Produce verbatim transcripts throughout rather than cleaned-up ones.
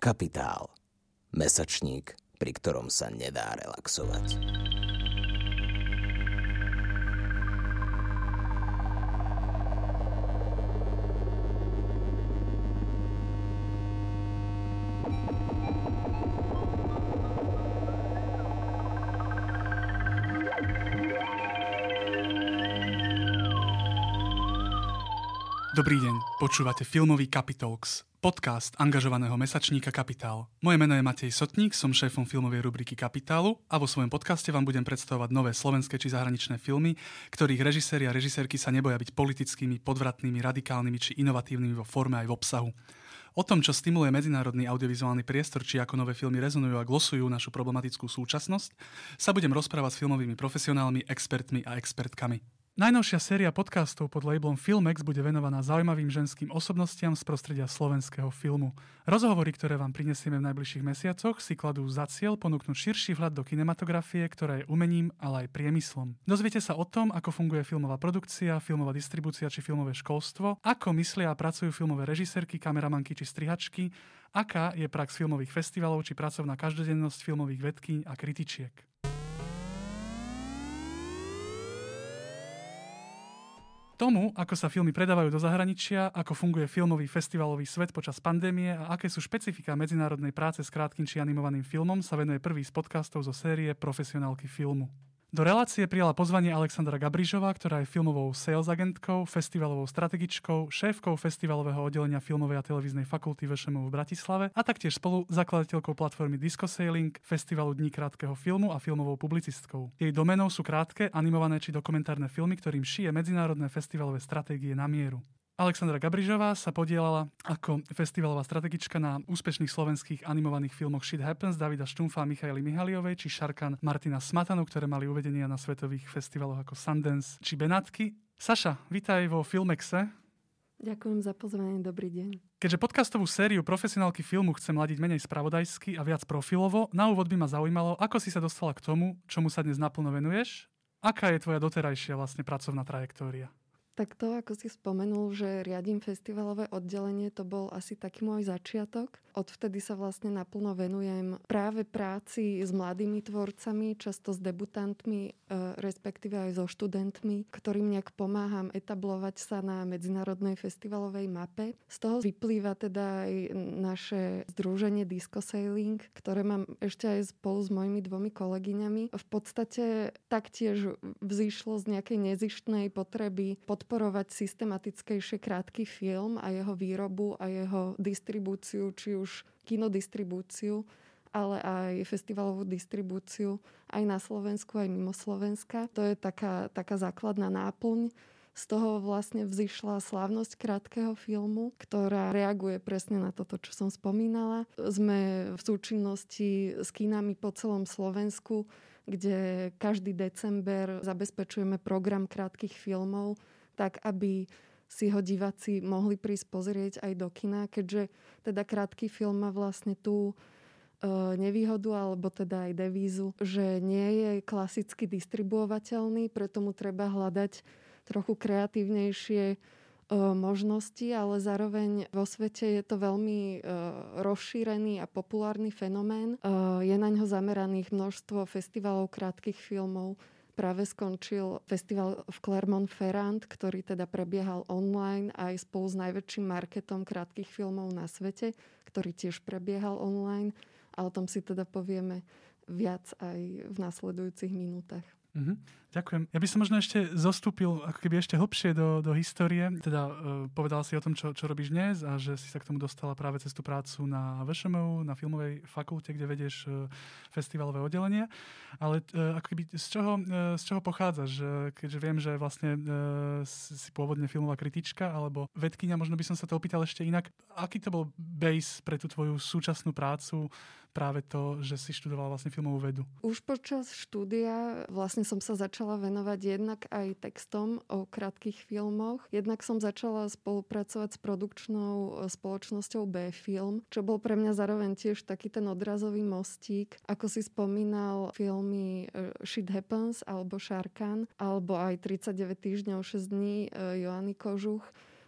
Kapitál. Mesačník, pri ktorom sa nedá relaxovať. Dobrý deň, počúvate Filmový Capitalx, podcast angažovaného mesačníka Kapitál. Moje meno je Matej Sotník, som šéfom filmovej rubriky Kapitálu a vo svojom podcaste vám budem predstavovať nové slovenské či zahraničné filmy, ktorých režiséri a režisérky sa neboja byť politickými, podvratnými, radikálnymi či inovatívnymi vo forme aj v obsahu. O tom, čo stimuluje medzinárodný audiovizuálny priestor, či ako nové filmy rezonujú a glosujú našu problematickú súčasnosť, sa budem rozprávať s filmovými profesionálmi, expertmi a expertkami. Najnovšia séria podcastov pod labelom Filmex bude venovaná zaujímavým ženským osobnostiam z prostredia slovenského filmu. Rozhovory, ktoré vám prinesieme v najbližších mesiacoch, si kladú za cieľ ponúknuť širší vhľad do kinematografie, ktorá je umením, ale aj priemyslom. Dozviete sa o tom, ako funguje filmová produkcia, filmová distribúcia či filmové školstvo, ako myslia a pracujú filmové režisérky, kameramanky či strihačky, aká je prax filmových festivalov či pracovná každodennosť filmových vedkyň a kritičiek. Tomu, ako sa filmy predávajú do zahraničia, ako funguje filmový festivalový svet počas pandémie a aké sú špecifika medzinárodnej práce s krátkym či animovaným filmom, sa venuje prvý z podcastov zo série Profesionálky filmu. Do relácie prijala pozvanie Alexandra Gabrižová, ktorá je filmovou sales agentkou, festivalovou strategičkou, šéfkou festivalového oddelenia filmovej a televíznej fakulty vé š em ú v Bratislave a taktiež spolu zakladateľkou platformy Disco Sailing, festivalu Dní krátkeho filmu a filmovou publicistkou. Jej doménou sú krátke, animované či dokumentárne filmy, ktorým šije medzinárodné festivalové stratégie na mieru. Alexandra Gabrižová sa podielala ako festivalová strategička na úspešných slovenských animovaných filmoch Shit Happens Davida Štumfa a Michaely Mihaliovej či Šarkan Martina Smatanu, ktoré mali uvedenia na svetových festivaloch ako Sundance či Benátky. Saša, vítaj vo Filmexe. Ďakujem za pozvanie, dobrý deň. Keďže podcastovú sériu Profesionálky filmu chcem ladiť menej spravodajsky a viac profilovo, na úvod by ma zaujímalo, ako si sa dostala k tomu, čomu sa dnes naplno venuješ? Aká je tvoja doterajšia vlastne pracovná trajektória? Tak to, ako si spomenul, že riadím festivalové oddelenie, to bol asi taký môj začiatok. Odvtedy sa vlastne naplno venujem práve práci s mladými tvorcami, často s debutantmi, respektíve aj so študentmi, ktorým nejak pomáham etablovať sa na medzinárodnej festivalovej mape. Z toho vyplýva teda aj naše združenie Disco Sailing, ktoré mám ešte aj spolu s mojimi dvomi kolegyňami. V podstate taktiež vzýšlo z nejakej nezištnej potreby pod podporovať systematickejšie krátky film a jeho výrobu a jeho distribúciu, či už kinodistribúciu, ale aj festivalovú distribúciu aj na Slovensku, aj mimo Slovenska. To je taká, taká základná náplň. Z toho vlastne vzýšla slávnosť krátkeho filmu, ktorá reaguje presne na toto, čo som spomínala. Sme v súčinnosti s kinami po celom Slovensku, kde každý december zabezpečujeme program krátkych filmov, tak aby si ho diváci mohli prísť pozrieť aj do kina, keďže teda krátky film má vlastne tú e, nevýhodu, alebo teda aj devízu, že nie je klasicky distribuovateľný, preto mu treba hľadať trochu kreatívnejšie e, možnosti, ale zároveň vo svete je to veľmi e, rozšírený a populárny fenomén. E, je na ňo zameraných množstvo festivalov krátkych filmov. Práve skončil festival v Clermont-Ferrand, ktorý teda prebiehal online aj spolu s najväčším marketom krátkych filmov na svete, ktorý tiež prebiehal online. A o tom si teda povieme viac aj v nasledujúcich minútach. Mhm. Ďakujem. Ja by som možno ešte zostúpil ako keby ešte hlbšie do, do histórie. Teda uh, povedal si o tom, čo, čo robíš dnes a že si sa k tomu dostala práve cez tú prácu na vé š em ú, na filmovej fakulte, kde vedieš uh, festivalové oddelenie. Ale uh, ako keby z čoho, uh, z čoho pochádzaš? Uh, keďže viem, že vlastne uh, si pôvodne filmová kritička alebo vedkyňa, možno by som sa to opýtal ešte inak. Aký to bol base pre tú tvoju súčasnú prácu, práve to, že si študovala vlastne filmovú vedu? Už počas štúdia vlastne som sa začala venovať jednak aj textom o krátkych filmoch. Jednak som začala spolupracovať s produkčnou spoločnosťou B-Film, čo bol pre mňa zároveň tiež taký ten odrazový mostík. Ako si spomínal, filmy Shit Happens alebo Šarkan, alebo aj tridsaťdeväť týždňov, šesť dní Joany Kožuch.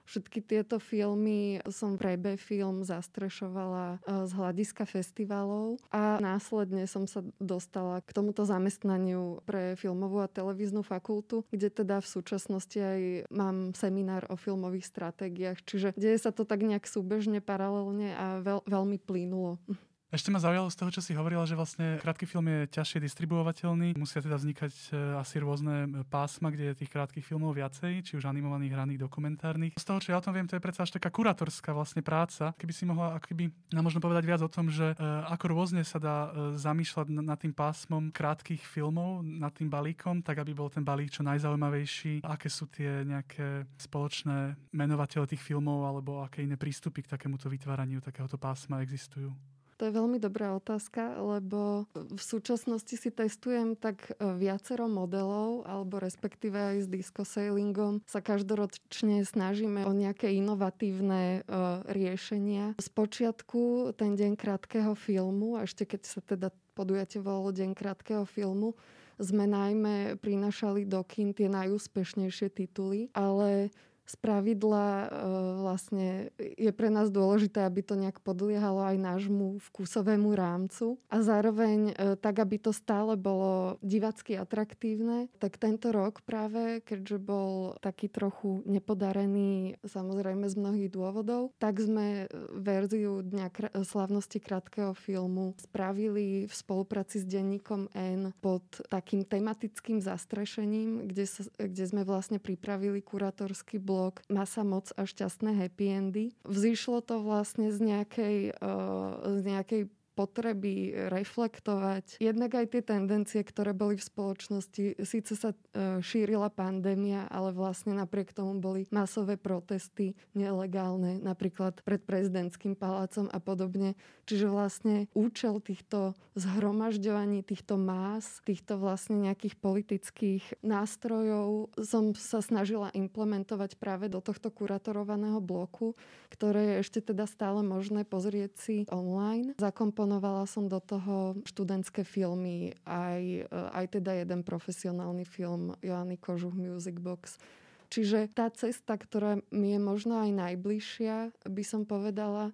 všetky tieto filmy som pre B-film zastrešovala z hľadiska festivalov a následne som sa dostala k tomuto zamestnaniu pre filmovú a televíznu fakultu, kde teda v súčasnosti aj mám seminár o filmových stratégiách. Čiže deje sa to tak nejak súbežne, paralelne a veľ, veľmi plynulo. Ešte ma zaujalo z toho, čo si hovorila, že vlastne krátky film je ťažšie distribuovateľný. Musia teda vznikať asi rôzne pásma, kde je tých krátkych filmov viacej, či už animovaných, hraných, dokumentárnych. Z toho, čo ja o tom viem, to je predsa až taká kurátorská vlastne práca. Keby si mohla akoby nám možno povedať viac o tom, že ako rôzne sa dá zamýšľať nad tým pásmom krátkych filmov, nad tým balíkom, tak aby bol ten balík čo najzaujímavejší. Aké sú tie nejaké spoločné menovatele tých filmov alebo aké iné prístupy k takémuto vytváraniu takéhoto pásma existujú? To je veľmi dobrá otázka, lebo v súčasnosti si testujem tak viacero modelov, alebo respektíve aj s disco sailingom sa každoročne snažíme o nejaké inovatívne uh, riešenia. Spočiatku ten deň krátkeho filmu, a ešte keď sa teda podujatie volalo Deň krátkeho filmu, sme najmä prinašali do kín tie najúspešnejšie tituly, ale spravidla e, vlastne je pre nás dôležité, aby to nejak podliehalo aj nášmu vkusovému rámcu a zároveň e, tak, aby to stále bolo divácky atraktívne. Tak tento rok práve, keďže bol taký trochu nepodarený, samozrejme z mnohých dôvodov, tak sme verziu Dňa kr- slávnosti krátkeho filmu spravili v spolupráci s denníkom N pod takým tematickým zastrešením, kde, sa, kde sme vlastne pripravili kurátorský blog Masa, moc a šťastné happy endy. Vzýšlo to vlastne z nejakej, uh, z nejakej potreby reflektovať jednak aj tie tendencie, ktoré boli v spoločnosti. Síce sa e, šírila pandémia, ale vlastne napriek tomu boli masové protesty nelegálne, napríklad pred prezidentským palácom a podobne. Čiže vlastne účel týchto zhromažďovaní, týchto más, týchto vlastne nejakých politických nástrojov som sa snažila implementovať práve do tohto kuratorovaného bloku, ktoré je ešte teda stále možné pozrieť si online. Zakomponovala som do toho študentské filmy, aj, aj teda jeden profesionálny film Joanny Kožuch Music Box. Čiže tá cesta, ktorá mi je možno aj najbližšia, by som povedala,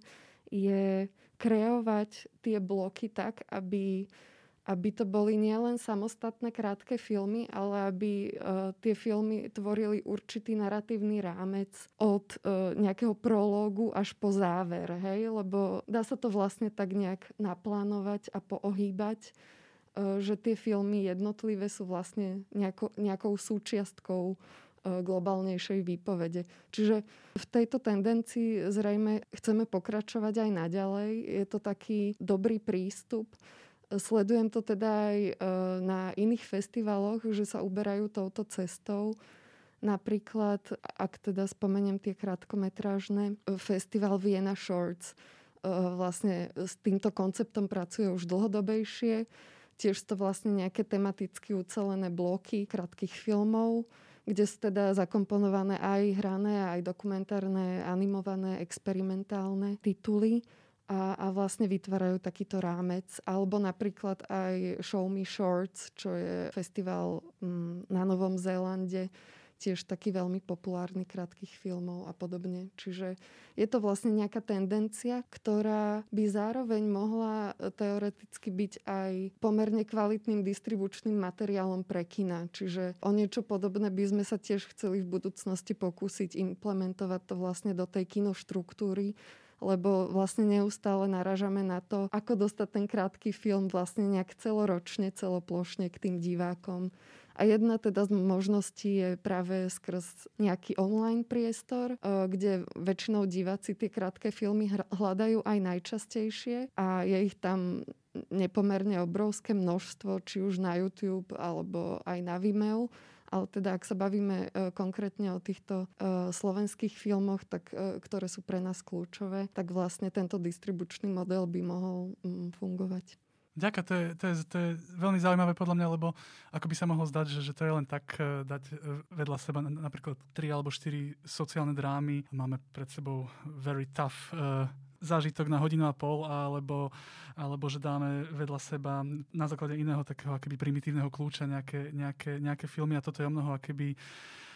je kreovať tie bloky tak, aby aby to boli nielen samostatné krátke filmy, ale aby uh, tie filmy tvorili určitý naratívny rámec od uh, nejakého prológu až po záver, hej? Lebo dá sa to vlastne tak nejak naplánovať a poohýbať, uh, že tie filmy jednotlivé sú vlastne nejako, nejakou súčiastkou uh, globálnejšej výpovede. Čiže v tejto tendencii zrejme chceme pokračovať aj naďalej. Je to taký dobrý prístup. Sledujem to teda aj na iných festivaloch, že sa uberajú touto cestou. Napríklad, ak teda spomeniem tie krátkometrážne, festival Vienna Shorts vlastne s týmto konceptom pracuje už dlhodobejšie. Tiež sú to vlastne nejaké tematicky ucelené bloky krátkych filmov, kde sú teda zakomponované aj hrané, aj dokumentárne, animované, experimentálne tituly. A, a vlastne vytvárajú takýto rámec. Alebo napríklad aj Show Me Shorts, čo je festival mm, na Novom Zélande, tiež taký veľmi populárny krátkych filmov a podobne. Čiže je to vlastne nejaká tendencia, ktorá by zároveň mohla teoreticky byť aj pomerne kvalitným distribučným materiálom pre kina. Čiže o niečo podobné by sme sa tiež chceli v budúcnosti pokúsiť implementovať to vlastne do tej kinoštruktúry, lebo vlastne neustále narážame na to, ako dostať ten krátky film vlastne nejak celoročne, celoplošne k tým divákom. A jedna teda z možností je práve skrz nejaký online priestor, kde väčšinou diváci tie krátke filmy hľadajú aj najčastejšie a je ich tam nepomerne obrovské množstvo, či už na YouTube alebo aj na Vimeo. Ale teda, ak sa bavíme e, konkrétne o týchto e, slovenských filmoch, tak, e, ktoré sú pre nás kľúčové, tak vlastne tento distribučný model by mohol mm, fungovať. Ďakujem, to je, to, je, to je veľmi zaujímavé podľa mňa, lebo ako by sa mohlo zdať, že, že to je len tak uh, dať uh, vedľa seba napríklad tri alebo štyri sociálne drámy. Máme pred sebou very tough uh, zážitok na hodinu a pol, alebo, alebo že dáme vedľa seba na základe iného takého akoby primitívneho kľúča nejaké, nejaké, nejaké filmy a toto je o mnoho akoby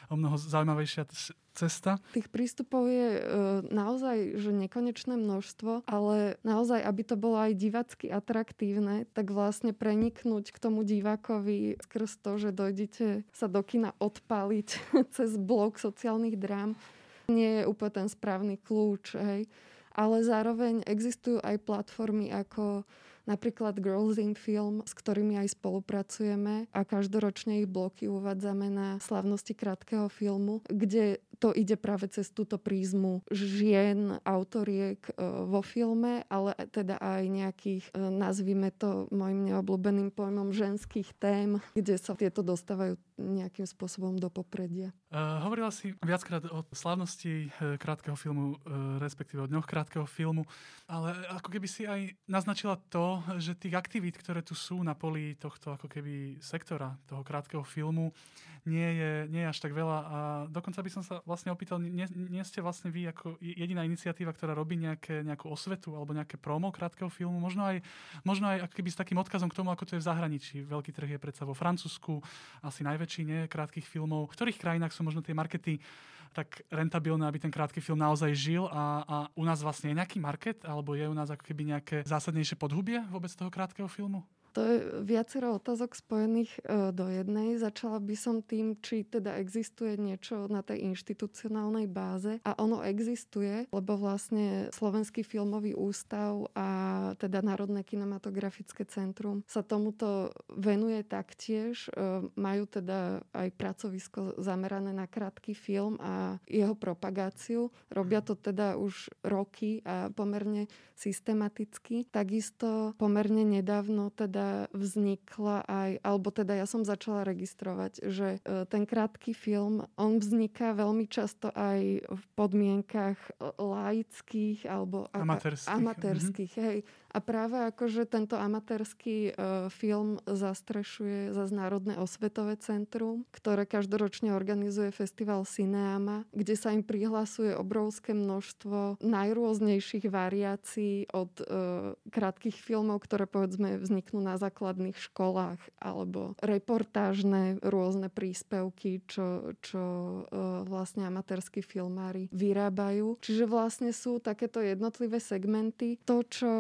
o mnoho zaujímavejšia cesta. Tých prístupov je e, naozaj že nekonečné množstvo, ale naozaj, aby to bolo aj divácky atraktívne, tak vlastne preniknúť k tomu divákovi skrz to, že dojdete sa do kina odpaliť cez blok sociálnych drám, nie je úplne ten správny kľúč. Hej. Ale zároveň existujú aj platformy ako napríklad Girls in Film, s ktorými aj spolupracujeme a každoročne ich bloky uvádzame na slávnosti krátkeho filmu, kde to ide práve cez túto prízmu žien, autoriek vo filme, ale teda aj nejakých, nazvime to môjim neobľúbeným pojmom, ženských tém, kde sa tieto dostávajú nejakým spôsobom do popredia. Uh, hovorila si viackrát o slávnosti krátkeho filmu, uh, respektíve o dňoch krátkeho filmu, ale ako keby si aj naznačila to, že tých aktivít, ktoré tu sú na poli tohto ako keby sektora, toho krátkeho filmu, nie je, nie je až tak veľa. A dokonca by som sa vlastne opýtal, nie, nie ste vlastne vy ako jediná iniciatíva, ktorá robí nejaké, nejakú osvetu alebo nejaké promo krátkeho filmu, možno aj, možno aj ako keby s takým odkazom k tomu, ako to je v zahraničí. Veľký trh je predsa vo Francúzsku, asi najväčší, nie, krátkych filmov. V ktorých krajinách sú možno tie markety tak rentabilné, aby ten krátky film naozaj žil a, a u nás vlastne je nejaký market, alebo je u nás ako keby nejaké zásadnejšie podhubie vôbec toho krátkeho filmu? To je viacero otázok spojených e, do jednej. Začala by som tým, či teda existuje niečo na tej inštitucionálnej báze. A ono existuje, lebo vlastne Slovenský filmový ústav a teda Národné kinematografické centrum sa tomuto venuje taktiež. E, majú teda aj pracovisko zamerané na krátky film a jeho propagáciu. Robia to teda už roky a pomerne systematicky. Takisto pomerne nedávno teda vznikla aj, alebo teda ja som začala registrovať, že ten krátky film, on vzniká veľmi často aj v podmienkach laických alebo amatérských. amatérskych, hej. A práve akože tento amatérsky uh, film zastrešuje zase Národné osvetové centrum, ktoré každoročne organizuje festival Cineama, kde sa im prihlasuje obrovské množstvo najrôznejších variácií od uh, krátkych filmov, ktoré povedzme vzniknú na základných školách, alebo reportážne rôzne príspevky, čo, čo uh, vlastne amatérski filmári vyrábajú. Čiže vlastne sú takéto jednotlivé segmenty. To, čo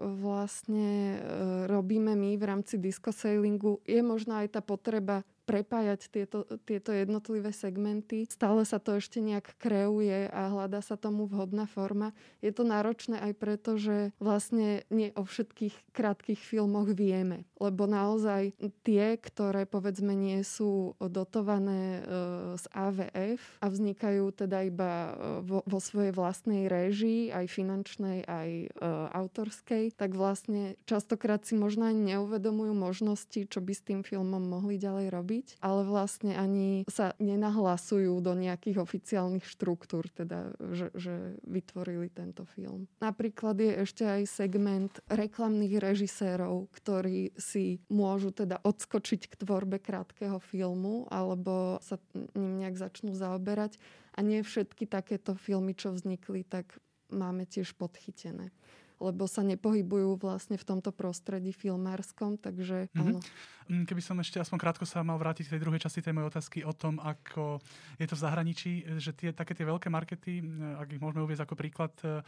vlastne robíme my v rámci disco sailingu, je možno aj tá potreba prepájať tieto, tieto jednotlivé segmenty. Stále sa to ešte nejak kreuje a hľadá sa tomu vhodná forma. Je to náročné aj preto, že vlastne nie o všetkých krátkych filmoch vieme. Lebo naozaj tie, ktoré povedzme nie sú dotované e, z á vé ef a vznikajú teda iba vo, vo svojej vlastnej réžii, aj finančnej, aj e, autorskej, tak vlastne častokrát si možno ani neuvedomujú možnosti, čo by s tým filmom mohli ďalej robiť. Ale vlastne ani sa nenahlasujú do nejakých oficiálnych štruktúr, teda, že, že vytvorili tento film. Napríklad je ešte aj segment reklamných režisérov, ktorí si môžu teda odskočiť k tvorbe krátkeho filmu alebo sa ním nejak začnú zaoberať. A nie všetky takéto filmy, čo vznikli, tak máme tiež podchytené. Lebo sa nepohybujú vlastne v tomto prostredí filmárskom, takže áno. Mm-hmm. Keby som ešte aspoň krátko sa mal vrátiť k tej druhej časti tej mojej otázky o tom, ako je to v zahraničí, že tie, také tie veľké markety, ak ich môžeme uvieť ako príklad,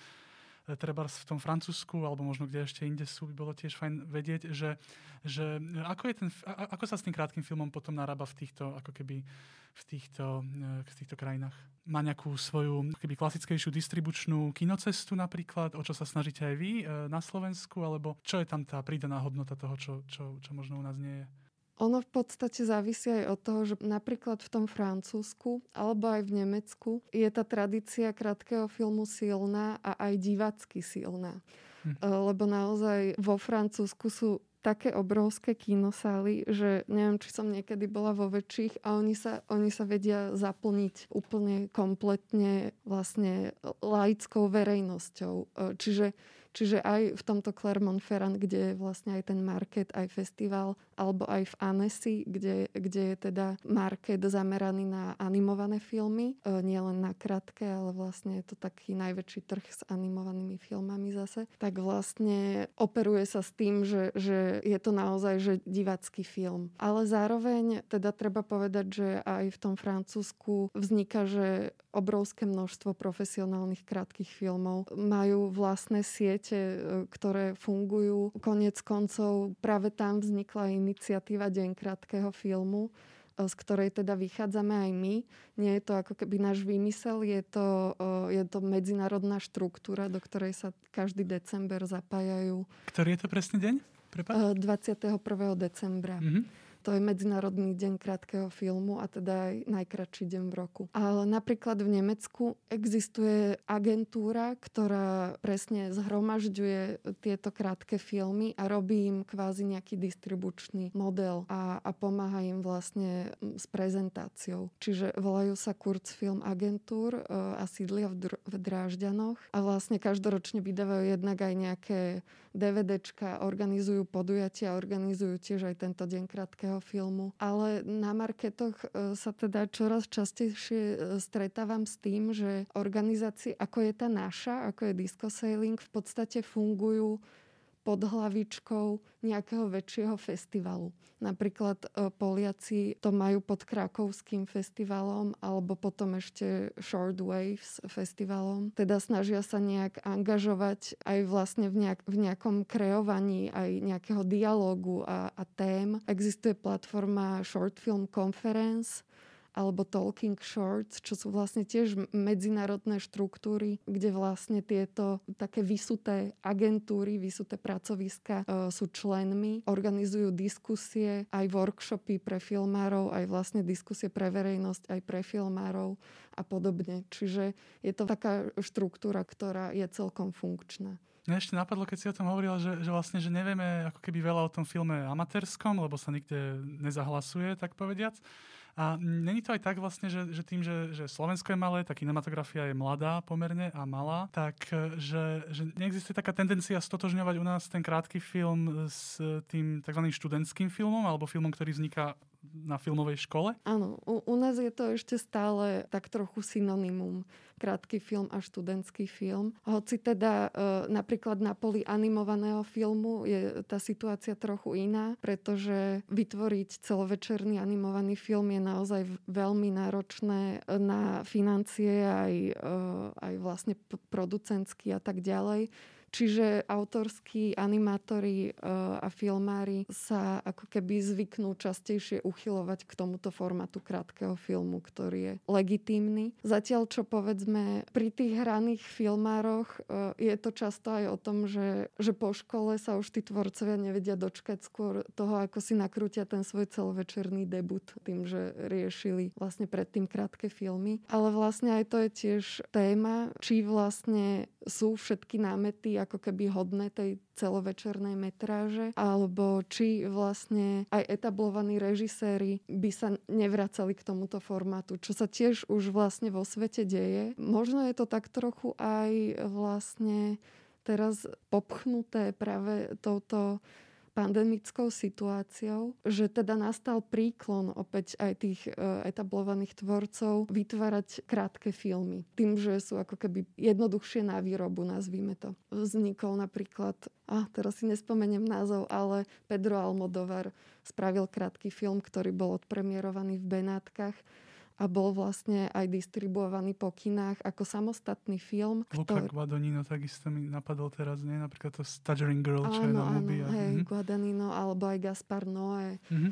treba v tom Francúzsku, alebo možno kde ešte inde sú, by bolo tiež fajn vedieť, že, že ako, je ten, ako sa s tým krátkym filmom potom narába v týchto, ako keby v týchto, v týchto krajinách. Má nejakú svoju keby klasickejšiu distribučnú kinocestu napríklad, o čo sa snažíte aj vy na Slovensku, alebo čo je tam tá pridaná hodnota toho, čo, čo, čo možno u nás nie je? Ono v podstate závisí aj od toho, že napríklad v tom Francúzsku alebo aj v Nemecku je tá tradícia krátkeho filmu silná a aj divácky silná. Hm. Lebo naozaj vo Francúzsku sú také obrovské kinosály, že neviem, či som niekedy bola vo väčších a oni sa, oni sa vedia zaplniť úplne kompletne vlastne laickou verejnosťou. Čiže Čiže aj v tomto Clermont-Ferrand, kde je vlastne aj ten market, aj festival, alebo aj v Annecy, kde, kde je teda market zameraný na animované filmy. E, nie len na krátke, ale vlastne je to taký najväčší trh s animovanými filmami zase. Tak vlastne operuje sa s tým, že, že je to naozaj že divácky film. Ale zároveň teda treba povedať, že aj v tom Francúzsku vzniká, že obrovské množstvo profesionálnych krátkych filmov majú vlastné siete, ktoré fungujú. Koniec koncov práve tam vznikla iniciatíva Deň krátkeho filmu, z ktorej teda vychádzame aj my. Nie je to ako keby náš výmysel, je to, je to medzinárodná štruktúra, do ktorej sa každý december zapájajú. Ktorý je to presný deň? Prepáč? dvadsiateho prvého decembra. Mm-hmm. To je Medzinárodný deň krátkeho filmu a teda aj najkratší deň v roku. Ale napríklad v Nemecku existuje agentúra, ktorá presne zhromažďuje tieto krátke filmy a robí im kvázi nejaký distribučný model a, a pomáha im vlastne s prezentáciou. Čiže volajú sa Kurzfilm Agentúr a sídlia v, Dr- v Drážďanoch a vlastne každoročne vydávajú jednak aj nejaké DVDčka, organizujú podujatia, organizujú tiež aj tento deň krátkeho filmu. Ale na marketoch sa teda čoraz častejšie stretávam s tým, že organizácie, ako je tá naša, ako je Disco Sailing, v podstate fungujú pod hlavičkou nejakého väčšieho festivalu. Napríklad Poliaci to majú pod Krakovským festivalom alebo potom ešte Short Waves festivalom. Teda snažia sa nejak angažovať aj vlastne v, nejak, v nejakom kreovaní aj nejakého dialógu a, a tém. Existuje platforma Short Film Conference alebo Talking Shorts, čo sú vlastne tiež medzinárodné štruktúry, kde vlastne tieto také vysuté agentúry, vysuté pracoviska e, sú členmi, organizujú diskusie, aj workshopy pre filmárov, aj vlastne diskusie pre verejnosť, aj pre filmárov a podobne. Čiže je to taká štruktúra, ktorá je celkom funkčná. Mňa ešte napadlo, keď si o tom hovorila, že, že vlastne, že nevieme ako keby veľa o tom filme amatérskom, lebo sa nikde nezahlasuje, tak povediac. A není to aj tak vlastne, že, že tým, že, že Slovensko je malé, tá kinematografia je mladá pomerne a malá, tak že, že neexistuje taká tendencia stotožňovať u nás ten krátky film s tým takzvaným študentským filmom alebo filmom, ktorý vzniká na filmovej škole? Áno, u, u nás je to ešte stále tak trochu synonymum. Krátky film a študentský film. Hoci teda e, napríklad na poli animovaného filmu je tá situácia trochu iná, pretože vytvoriť celovečerný animovaný film je naozaj veľmi náročné na financie aj, e, aj vlastne p- producentsky a tak ďalej. Čiže autorskí animátori a filmári sa ako keby zvyknú častejšie uchylovať k tomuto formátu krátkeho filmu, ktorý je legitímny. Zatiaľ, čo povedzme, pri tých hraných filmároch je to často aj o tom, že, že po škole sa už tí tvorcovia nevedia dočkať skôr toho, ako si nakrútia ten svoj celovečerný debut tým, že riešili vlastne predtým krátke filmy. Ale vlastne aj to je tiež téma, či vlastne sú všetky námety ako keby hodné tej celovečernej metráže, alebo či vlastne aj etablovaní režiséri by sa nevracali k tomuto formátu, čo sa tiež už vlastne vo svete deje. Možno je to tak trochu aj vlastne teraz popchnuté práve touto pandemickou situáciou, že teda nastal príklon opäť aj tých e, etablovaných tvorcov vytvárať krátke filmy. Tým, že sú ako keby jednoduchšie na výrobu, nazvime to. Vznikol napríklad, a teraz si nespomeniem názov, ale Pedro Almodóvar spravil krátky film, ktorý bol odpremierovaný v Benátkach a bol vlastne aj distribuovaný po kinách ako samostatný film. Luca ktorý... Guadagnino takisto mi napadol teraz, nie? Napríklad to Stuttering Girl, čo áno, je na Mubi. Áno, hej, mm-hmm. Guadagnino, alebo aj Gaspar Noé, mm-hmm.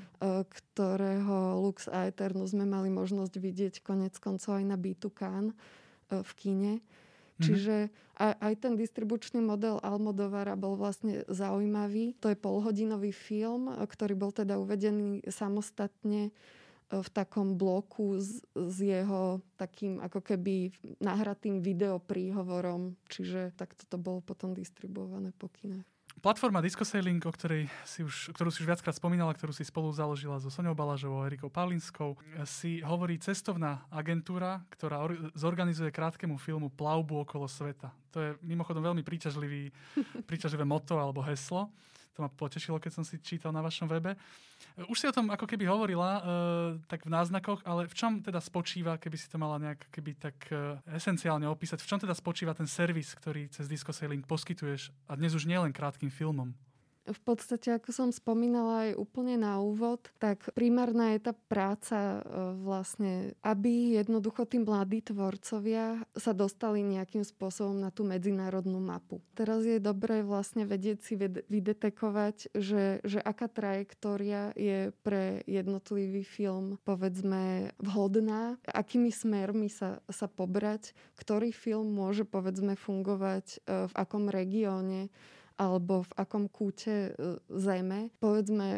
ktorého Lux a Aeternus sme mali možnosť vidieť konec koncov aj na Beatu Cannes v kine. Mm-hmm. Čiže aj, aj ten distribučný model Almodóvara bol vlastne zaujímavý. To je polhodinový film, ktorý bol teda uvedený samostatne v takom bloku s, s jeho takým ako keby nahratým videopríhovorom. Čiže takto to bolo potom distribuované po kinách. platforma Discosailing, o ktorej si už, ktorú si už viackrát spomínala, ktorú si spolu založila so Soňou Balažovou a Erikou Pavlinskou, si hovorí cestovná agentúra, ktorá or- zorganizuje krátkemu filmu plavbu okolo sveta. To je mimochodom veľmi príťažlivý, príťažlivé motto alebo heslo. To ma potešilo, keď som si čítal na vašom webe. Už si o tom ako keby hovorila, e, tak v náznakoch, ale v čom teda spočíva, keby si to mala nejak keby tak e, esenciálne opísať, v čom teda spočíva ten servis, ktorý cez Discosailing poskytuješ a dnes už nielen krátkym filmom? V podstate, ako som spomínala aj úplne na úvod, tak primárna je tá práca vlastne, aby jednoducho tí mladí tvorcovia sa dostali nejakým spôsobom na tú medzinárodnú mapu. Teraz je dobré vlastne vedieť si vydetekovať, že, že aká trajektória je pre jednotlivý film, povedzme, vhodná, akými smermi sa, sa pobrať, ktorý film môže, povedzme, fungovať v akom regióne alebo v akom kúte e, zeme. Povedzme, e,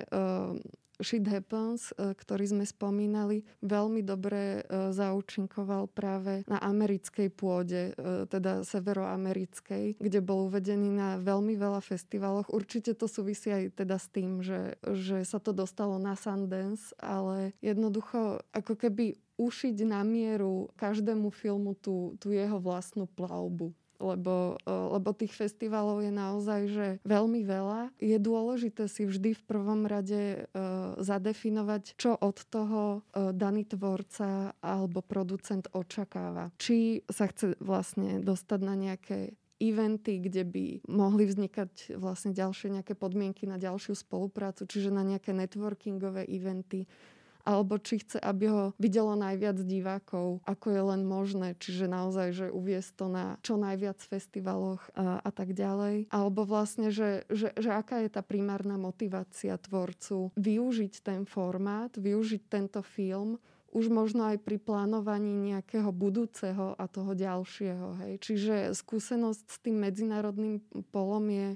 Shit Happens, e, ktorý sme spomínali, veľmi dobre e, zaúčinkoval práve na americkej pôde, e, teda severoamerickej, kde bol uvedený na veľmi veľa festivaloch. Určite to súvisí aj teda s tým, že, že sa to dostalo na Sundance, ale jednoducho ako keby ušiť na mieru každému filmu tú, tú jeho vlastnú plavbu. Lebo, lebo tých festivalov je naozaj že veľmi veľa. Je dôležité si vždy v prvom rade uh, zadefinovať, čo od toho uh, daný tvorca alebo producent očakáva. Či sa chce vlastne dostať na nejaké eventy, kde by mohli vznikať vlastne ďalšie nejaké podmienky na ďalšiu spoluprácu, čiže na nejaké networkingové eventy, alebo či chce, aby ho videlo najviac divákov, ako je len možné. Čiže naozaj, že uviesť to na čo najviac festivaloch a, a tak ďalej. Alebo vlastne, že, že, že aká je tá primárna motivácia tvorcu využiť ten formát, využiť tento film, už možno aj pri plánovaní nejakého budúceho a toho ďalšieho. Hej. Čiže skúsenosť s tým medzinárodným polom je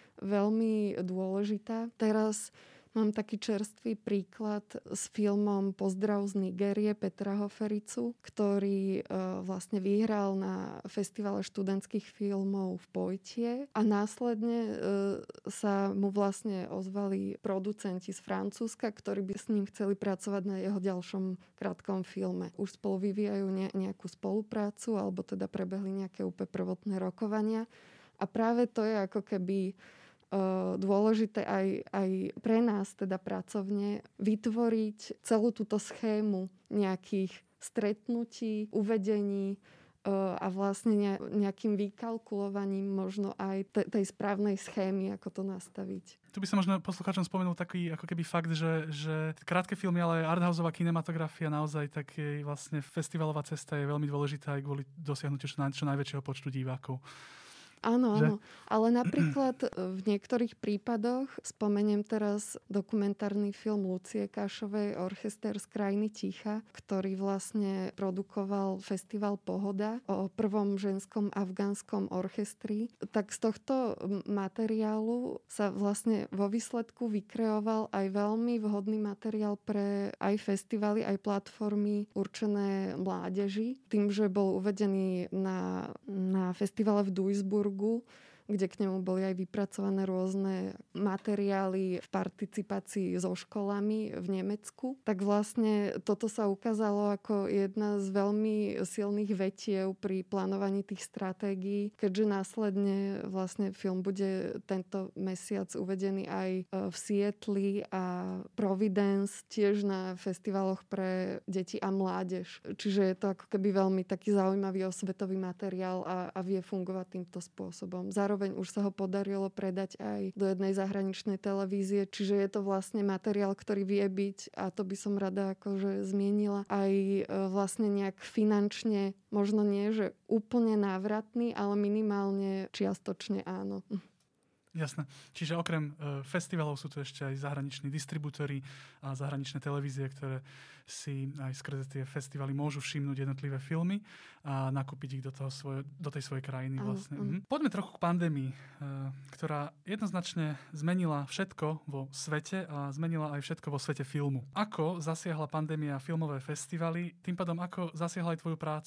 veľmi dôležitá. Teraz mám taký čerstvý príklad s filmom Pozdrav z Nigérie Petra Hofericu, ktorý e, vlastne vyhral na festivale študentských filmov v Poitie a následne e, sa mu vlastne ozvali producenti z Francúzska, ktorí by s ním chceli pracovať na jeho ďalšom krátkom filme. Už spolu vyvíjajú ne- nejakú spoluprácu alebo teda prebehli nejaké úplne prvotné rokovania a práve to je ako keby dôležité aj, aj pre nás, teda pracovne, vytvoriť celú túto schému nejakých stretnutí, uvedení a vlastne nejakým vykalkulovaním možno aj tej správnej schémy, ako to nastaviť. Tu by som možno poslucháčom spomenul taký ako keby fakt, že, že krátke filmy, ale aj arthouseová kinematografia naozaj tak je vlastne festivalová cesta je veľmi dôležitá aj kvôli dosiahnutiu čo, naj, čo najväčšieho počtu divákov. Áno, áno. Ale napríklad v niektorých prípadoch, spomeniem teraz dokumentárny film Lucie Kášovej Orchester z krajiny ticha, ktorý vlastne produkoval festival Pohoda o prvom ženskom afgánskom orchestri. Tak z tohto materiálu sa vlastne vo výsledku vykreoval aj veľmi vhodný materiál pre aj festivaly, aj platformy určené mládeži. Tým, že bol uvedený na, na festivale v Duisburgu, kde k nemu boli aj vypracované rôzne materiály v participácii so školami v Nemecku. Tak vlastne toto sa ukázalo ako jedna z veľmi silných vetiev pri plánovaní tých stratégií, keďže následne vlastne film bude tento mesiac uvedený aj v Sietli a Providence, tiež na festivaloch pre deti a mládež. Čiže je to ako keby veľmi taký zaujímavý osvetový materiál a, a vie fungovať týmto spôsobom. Zároveň Zároveň už sa ho podarilo predať aj do jednej zahraničnej televízie, čiže je to vlastne materiál, ktorý vie byť, a to by som rada akože zmienila, aj vlastne nejak finančne, možno nie, že úplne návratný, ale minimálne čiastočne áno. Jasné. Čiže okrem e, festivalov sú tu ešte aj zahraniční distribútori a zahraničné televízie, ktoré si aj skrze tie festivaly môžu všimnúť jednotlivé filmy a nakúpiť ich do, toho svoje, do tej svojej krajiny. Vlastne. Mhm. Poďme trochu k pandémii, e, ktorá jednoznačne zmenila všetko vo svete a zmenila aj všetko vo svete filmu. Ako zasiahla pandémia filmové festivaly, tým pádom ako zasiahla aj tvoju prácu?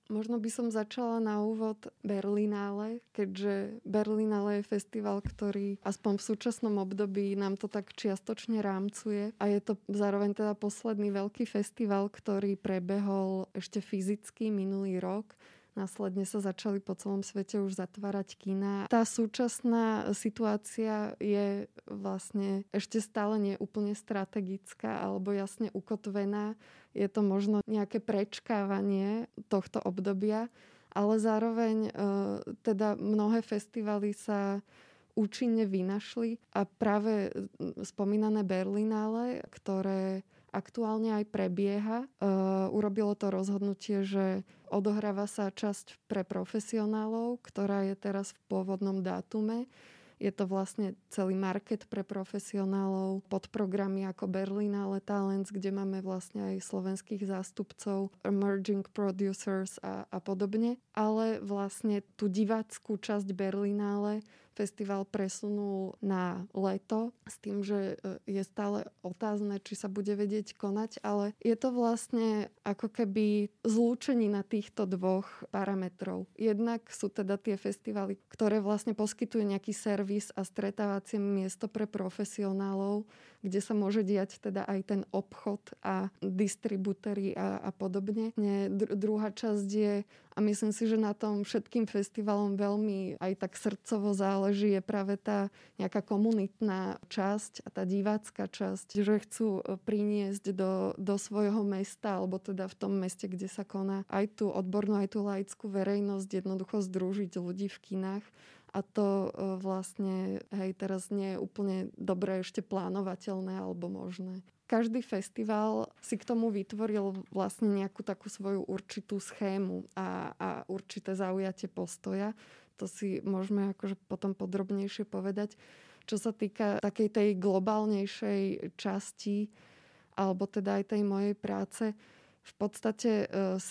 Možno by som začala na úvod Berlinale, keďže Berlinale je festival, ktorý aspoň v súčasnom období nám to tak čiastočne rámcuje a je to zároveň teda posledný veľký festival, ktorý prebehol ešte fyzicky minulý rok. Následne sa začali po celom svete už zatvárať kina. Tá súčasná situácia je vlastne ešte stále nie úplne strategická alebo jasne ukotvená. Je to možno nejaké prečkávanie tohto obdobia, ale zároveň e, teda mnohé festivaly sa účinne vynašli a práve spomínané Berlinale, ktoré aktuálne aj prebieha, e, urobilo to rozhodnutie, že odohráva sa časť pre profesionálov, ktorá je teraz v pôvodnom dátume. Je to vlastne celý market pre profesionálov, podprogramy ako Berlinale Talents, kde máme vlastne aj slovenských zástupcov, emerging producers a, a podobne. Ale vlastne tú diváckú časť Berlinale festival presunul na leto s tým, že je stále otázne, či sa bude vedieť konať, ale je to vlastne ako keby zlúčenina týchto dvoch parametrov. Jednak sú teda tie festivaly, ktoré vlastne poskytujú nejaký servis a stretávacie miesto pre profesionálov, kde sa môže diať teda aj ten obchod a distribútory a, a podobne. Dru- druhá časť je, a myslím si, že na tom všetkým festivalom veľmi aj tak srdcovo záleží, je práve tá nejaká komunitná časť a tá divácka časť, že chcú priniesť do, do svojho mesta, alebo teda v tom meste, kde sa koná, aj tú odbornú, aj tú laickú verejnosť, jednoducho združiť ľudí v kinách. A to vlastne, hej, teraz nie je úplne dobre ešte plánovateľné alebo možné. Každý festival si k tomu vytvoril vlastne nejakú takú svoju určitú schému a, a určité zaujatie postoja. To si môžeme akože potom podrobnejšie povedať. Čo sa týka takej tej globálnejšej časti, alebo teda aj tej mojej práce, v podstate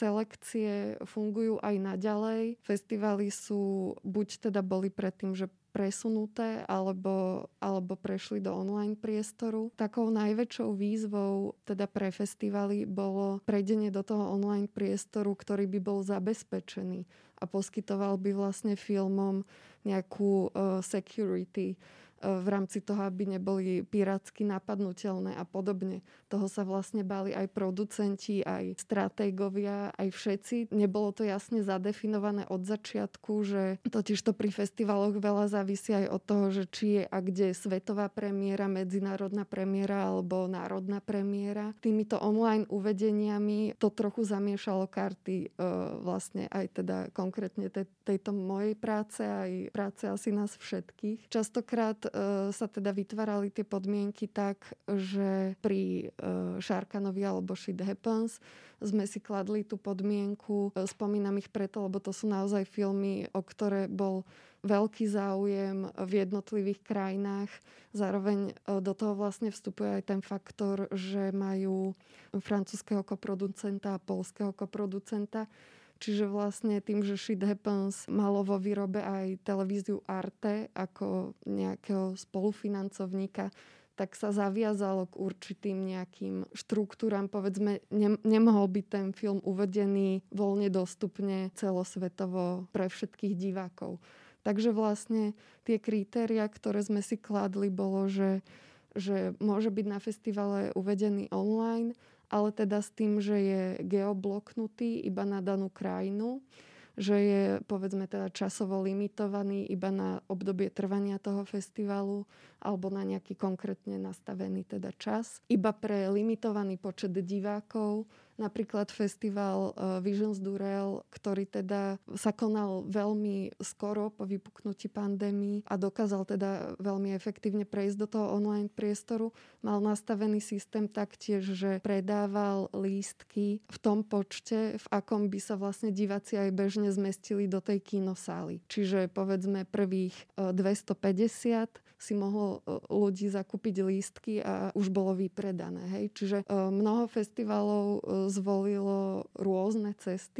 selekcie fungujú aj naďalej. Festivaly sú, buď teda boli predtým, že presunuté, alebo, alebo prešli do online priestoru. Takou najväčšou výzvou teda pre festivaly bolo prejdenie do toho online priestoru, ktorý by bol zabezpečený a poskytoval by vlastne filmom nejakú uh, security v rámci toho, aby neboli pirátsky napadnutelné a podobne. Toho sa vlastne báli aj producenti, aj stratégovia, aj všetci. Nebolo to jasne zadefinované od začiatku, že totiž to pri festivaloch veľa závisí aj od toho, že či je a kde svetová premiéra, medzinárodná premiéra alebo národná premiéra. Týmito online uvedeniami to trochu zamiešalo karty e, vlastne aj teda konkrétne te, tejto mojej práce, aj práce asi nás všetkých. Častokrát sa teda vytvárali tie podmienky tak, že pri Šarkanovi alebo Shit Happens sme si kladli tú podmienku. Spomínam ich preto, lebo to sú naozaj filmy, o ktoré bol veľký záujem v jednotlivých krajinách. Zároveň do toho vlastne vstupuje aj ten faktor, že majú francúzskeho koproducenta a poľského koproducenta. Čiže vlastne tým, že Shit Happens malo vo výrobe aj televíziu Arte ako nejakého spolufinancovníka, tak sa zaviazalo k určitým nejakým štruktúram. Povedzme, ne, nemohol byť ten film uvedený voľne dostupne celosvetovo pre všetkých divákov. Takže vlastne tie kritériá, ktoré sme si kladli, bolo, že, že môže byť na festivale uvedený online, ale teda s tým, že je geobloknutý iba na danú krajinu, že je, povedzme, teda časovo limitovaný iba na obdobie trvania toho festivalu alebo na nejaký konkrétne nastavený teda čas. Iba pre limitovaný počet divákov, napríklad festival Visions du Réel, ktorý teda sa konal veľmi skoro po vypuknutí pandémii a dokázal teda veľmi efektívne prejsť do toho online priestoru. Mal nastavený systém taktiež, že predával lístky v tom počte, v akom by sa vlastne diváci aj bežne zmestili do tej kinosály. Čiže povedzme prvých dvestopäťdesiat si mohlo ľudí zakúpiť lístky a už bolo vypredané. Hej? Čiže mnoho festivalov zvolilo rôzne cesty.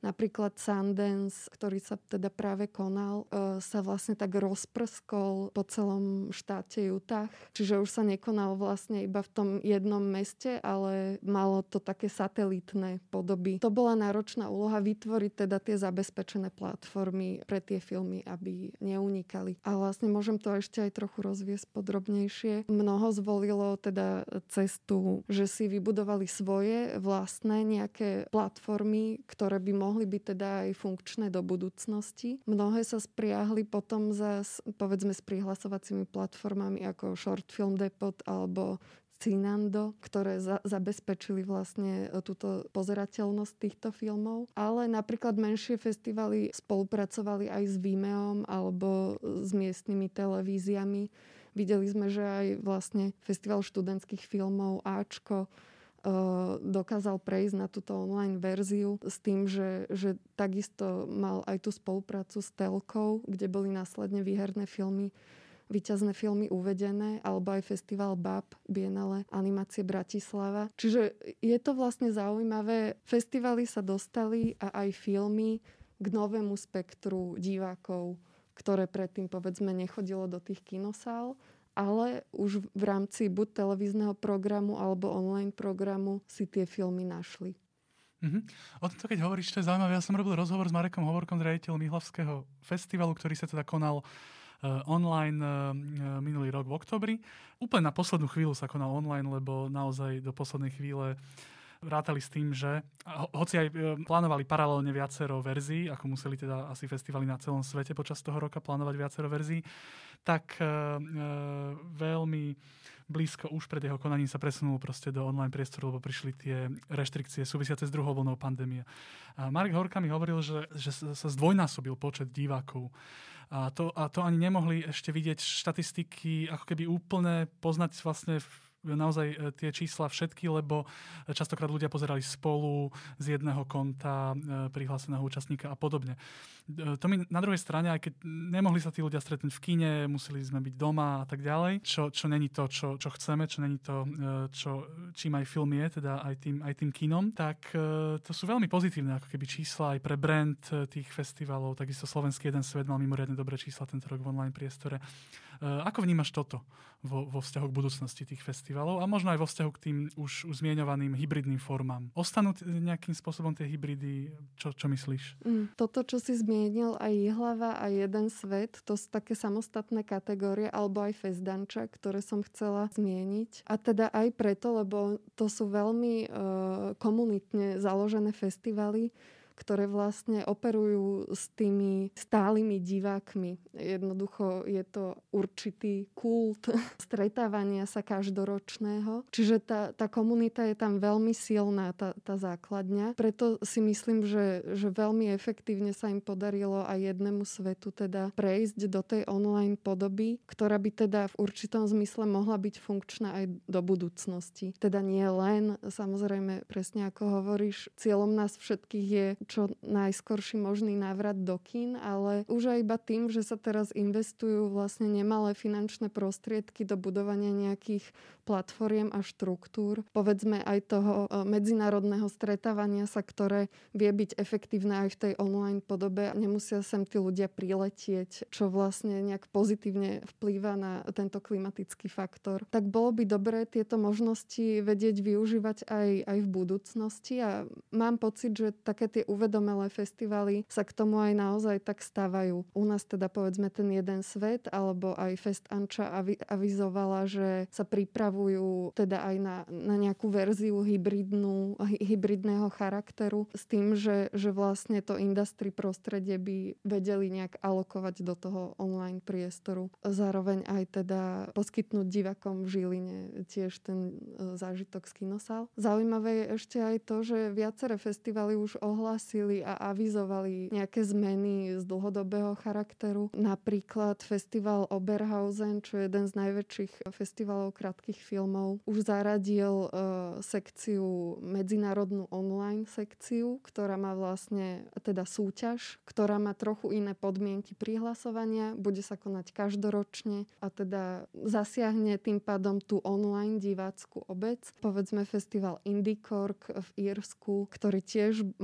Napríklad Sundance, ktorý sa teda práve konal, sa vlastne tak rozprskol po celom štáte Utah. Čiže už sa nekonal vlastne iba v tom jednom meste, ale malo to také satelitné podoby. To bola náročná úloha vytvoriť teda tie zabezpečené platformy pre tie filmy, aby neunikali. A vlastne môžem to ešte aj trochu rozviesť podrobnejšie. Mnoho zvolilo teda cestu, že si vybudovali svoje vlastné nejaké platformy, ktoré by mohli byť teda aj funkčné do budúcnosti. Mnohé sa spriahli potom za, povedzme, s prihlasovacími platformami ako Short Film Depot alebo Cinando, ktoré za- zabezpečili vlastne túto pozerateľnosť týchto filmov. Ale napríklad menšie festivaly spolupracovali aj s Vimeom alebo s miestnymi televíziami. Videli sme, že aj vlastne Festival študentských filmov Ačko dokázal prejsť na túto online verziu s tým, že, že takisto mal aj tú spoluprácu s Telkou, kde boli následne výherné filmy, víťazné filmy uvedené, alebo aj festival bé á pé, Biennale animácie Bratislava. Čiže je to vlastne zaujímavé. Festivaly sa dostali a aj filmy k novému spektru divákov, ktoré predtým, povedzme, nechodilo do tých kinosál, ale už v rámci buď televízneho programu alebo online programu si tie filmy našli. Mm-hmm. O tomto, keď hovoríš, to je zaujímavé. Ja som robil rozhovor s Marekom Hovorkom, riaditeľom Jihlavského festivalu, ktorý sa teda konal uh, online uh, minulý rok v oktobri. Úplne na poslednú chvíľu sa konal online, lebo naozaj do poslednej chvíle rátali s tým, že ho, hoci aj plánovali paralelne viacero verzií, ako museli teda asi festivaly na celom svete počas toho roka plánovať viacero verzií, tak e, e, veľmi blízko už pred jeho konaním sa presunul proste do online priestoru, lebo prišli tie reštrikcie súvisiace s druhou vlnou pandémie. A Marek Horka mi hovoril, že, že sa zdvojnásobil počet divákov. A to, a to ani nemohli ešte vidieť štatistiky, ako keby úplne poznať vlastne naozaj tie čísla všetky, lebo častokrát ľudia pozerali spolu z jedného konta prihláseného účastníka a podobne. To mi na druhej strane, aj keď nemohli sa tí ľudia stretnúť v kine, museli sme byť doma a tak ďalej, čo, čo není to, čo, čo chceme, čo není to, čo, čím aj film je, teda aj tým, aj tým kinom, tak to sú veľmi pozitívne ako keby čísla aj pre brand tých festivalov. Takisto Slovenský jeden svet mal mimoriadne dobré čísla tento rok v online priestore. Ako vnímaš toto vo, vo vzťahu k budúcnosti tých festivalov a možno aj vo vzťahu k tým už zmieňovaným hybridným formám? Ostanú t- nejakým spôsobom tie hybridy? Čo, čo myslíš? Mm, toto, čo si zmienil, aj Jihlava a Jeden svet, to sú také samostatné kategórie, alebo aj Festdanča, ktoré som chcela zmieniť. A teda aj preto, lebo to sú veľmi e, komunitne založené festivaly, ktoré vlastne operujú s tými stálymi divákmi. Jednoducho je to určitý kult stretávania sa každoročného. Čiže tá, tá komunita je tam veľmi silná, tá, tá základňa. Preto si myslím, že, že veľmi efektívne sa im podarilo aj Jednému svetu teda prejsť do tej online podoby, ktorá by teda v určitom zmysle mohla byť funkčná aj do budúcnosti. Teda nie len, samozrejme, presne ako hovoríš, cieľom nás všetkých je čo najskorší možný návrat do kín, ale už aj iba tým, že sa teraz investujú vlastne nemalé finančné prostriedky do budovania nejakých platformiem a štruktúr, povedzme aj toho medzinárodného stretávania sa, ktoré vie byť efektívne aj v tej online podobe. Nemusia sem tí ľudia priletieť, čo vlastne nejak pozitívne vplýva na tento klimatický faktor. Tak bolo by dobré tieto možnosti vedieť využívať aj, aj v budúcnosti a mám pocit, že také tie uvedomelé festivaly sa k tomu aj naozaj tak stávajú. U nás teda povedzme ten Jeden svet alebo aj Festdanča avizovala, že sa pripravujú teda aj na, na nejakú verziu hybridnú, hybridného charakteru s tým, že, že vlastne to industry prostredie by vedeli nejak alokovať do toho online priestoru. Zároveň aj teda poskytnúť divakom v Žiline tiež ten zážitok z kinosál. Zaujímavé je ešte aj to, že viaceré festivaly už ohlásili a avizovali nejaké zmeny z dlhodobého charakteru. Napríklad festival Oberhausen, čo je jeden z najväčších festivalov krátkych filmov, už zaradil uh, sekciu, medzinárodnú online sekciu, ktorá má vlastne teda súťaž, ktorá má trochu iné podmienky prihlasovania, bude sa konať každoročne a teda zasiahne tým pádom tú online divácku obec. Povedzme festival Indie Cork v Írsku, ktorý tiež bol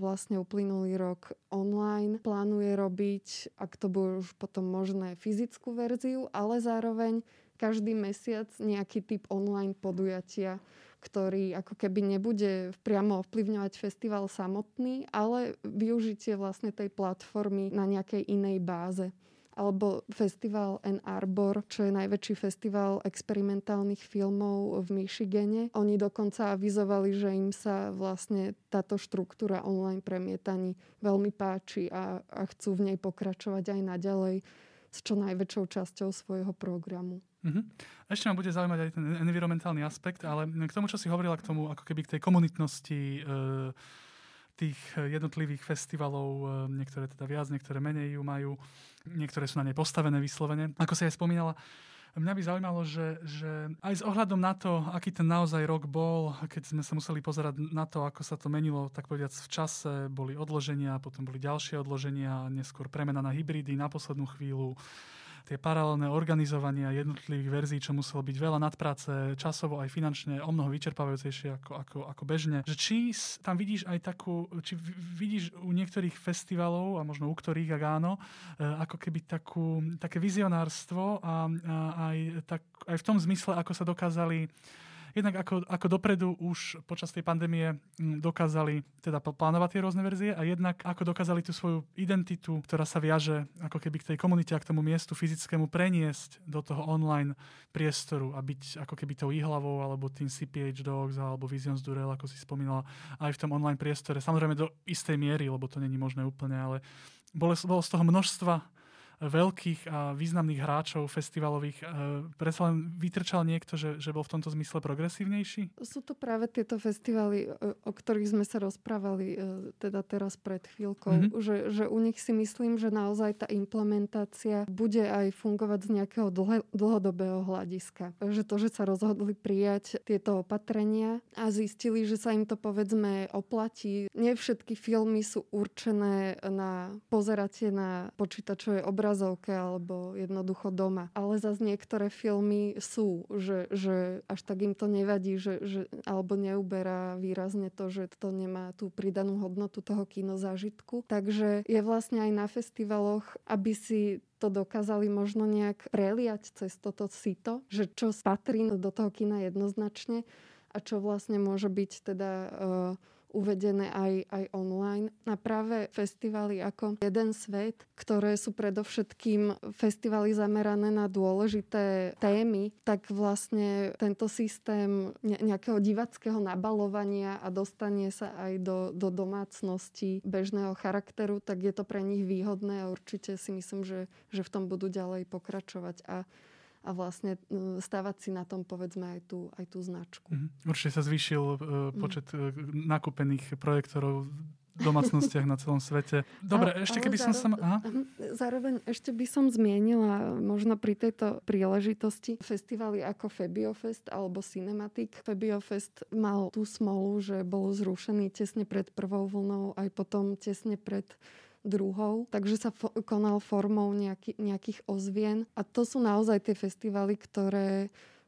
vlastne uplynulý rok online. Plánuje robiť, ak to bude už potom možné, fyzickú verziu, ale zároveň každý mesiac nejaký typ online podujatia, ktorý ako keby nebude priamo ovplyvňovať festival samotný, ale využitie vlastne tej platformy na nejakej inej báze. Alebo festival Ann Arbor, čo je najväčší festival experimentálnych filmov v Michigane. Oni dokonca avizovali, že im sa vlastne táto štruktúra online premietaní veľmi páči a, a chcú v nej pokračovať aj naďalej s čo najväčšou časťou svojho programu. Uh-huh. Ešte ma bude zaujímať aj ten environmentálny aspekt, ale k tomu, čo si hovorila, k tomu ako keby k tej komunitnosti e, tých jednotlivých festivalov, niektoré teda viac, niektoré menej ju majú, niektoré sú na nej postavené vyslovene. Ako si aj spomínala, mňa by zaujímalo, že, že aj s ohľadom na to, aký ten naozaj rok bol, keď sme sa museli pozerať na to, ako sa to menilo, tak povediac v čase, boli odloženia, potom boli ďalšie odloženia, neskôr premena na hybridy na poslednú chvíľu, tie paralelné organizovania jednotlivých verzií, čo muselo byť veľa nadpráce, časovo aj finančne o mnoho vyčerpávajúcejšie ako, ako, ako bežne. Že či tam vidíš aj takú, či vidíš u niektorých festivalov, a možno u ktorých, ak áno, ako keby takú, také vizionárstvo a, a aj, tak, aj v tom zmysle, ako sa dokázali jednak ako, ako dopredu už počas tej pandémie dokázali teda plánovať tie rôzne verzie a jednak ako dokázali tú svoju identitu, ktorá sa viaže ako keby k tej komunite a k tomu miestu fyzickému preniesť do toho online priestoru a byť ako keby tou ihlavou alebo tým C P H Dogs alebo Visions du Rail, ako si spomínala, aj v tom online priestore. Samozrejme do istej miery, lebo to není možné úplne, ale bolo, bolo z toho množstva veľkých a významných hráčov festivalových. Predsa len vytrčal niekto, že, že bol v tomto zmysle progresívnejší? Sú to práve tieto festivaly, o ktorých sme sa rozprávali teda teraz pred chvíľkou. Mm-hmm. Že, že u nich si myslím, že naozaj tá implementácia bude aj fungovať z nejakého dlhe, dlhodobého hľadiska. Že to, že sa rozhodli prijať tieto opatrenia a zistili, že sa im to povedzme oplatí. Nie všetky filmy sú určené na pozeratie na počítačové obrazovke alebo jednoducho doma. Ale zase niektoré filmy sú, že, že až tak im to nevadí, že, že, alebo neuberá výrazne to, že to nemá tú pridanú hodnotu toho kinozážitku. Takže je vlastne aj na festivaloch, aby si to dokázali možno nejak preliať cez toto sito, že čo patrí do toho kina jednoznačne a čo vlastne môže byť teda uh, uvedené aj, aj online. A práve festivaly ako Jeden svet, ktoré sú predovšetkým festivaly zamerané na dôležité témy, tak vlastne tento systém nejakého divackého nabalovania a dostanie sa aj do, do domácností bežného charakteru, tak je to pre nich výhodné a určite si myslím, že, že v tom budú ďalej pokračovať a a vlastne stavať si na tom, povedzme, aj tú, aj tú značku. Mm. Určite sa zvýšil uh, počet uh, nakúpených projektorov v domácnostiach na celom svete. Dobre, ale, ešte keby ale som zároveň, sa... Aha. Zároveň ešte by som zmienila možno pri tejto príležitosti festivaly ako Febiofest alebo Cinematic. Febiofest mal tú smolu, že bol zrušený tesne pred prvou vlnou, aj potom tesne pred druhou, takže sa fo- konal formou nejaký, nejakých ozvien. A to sú naozaj tie festivaly, ktoré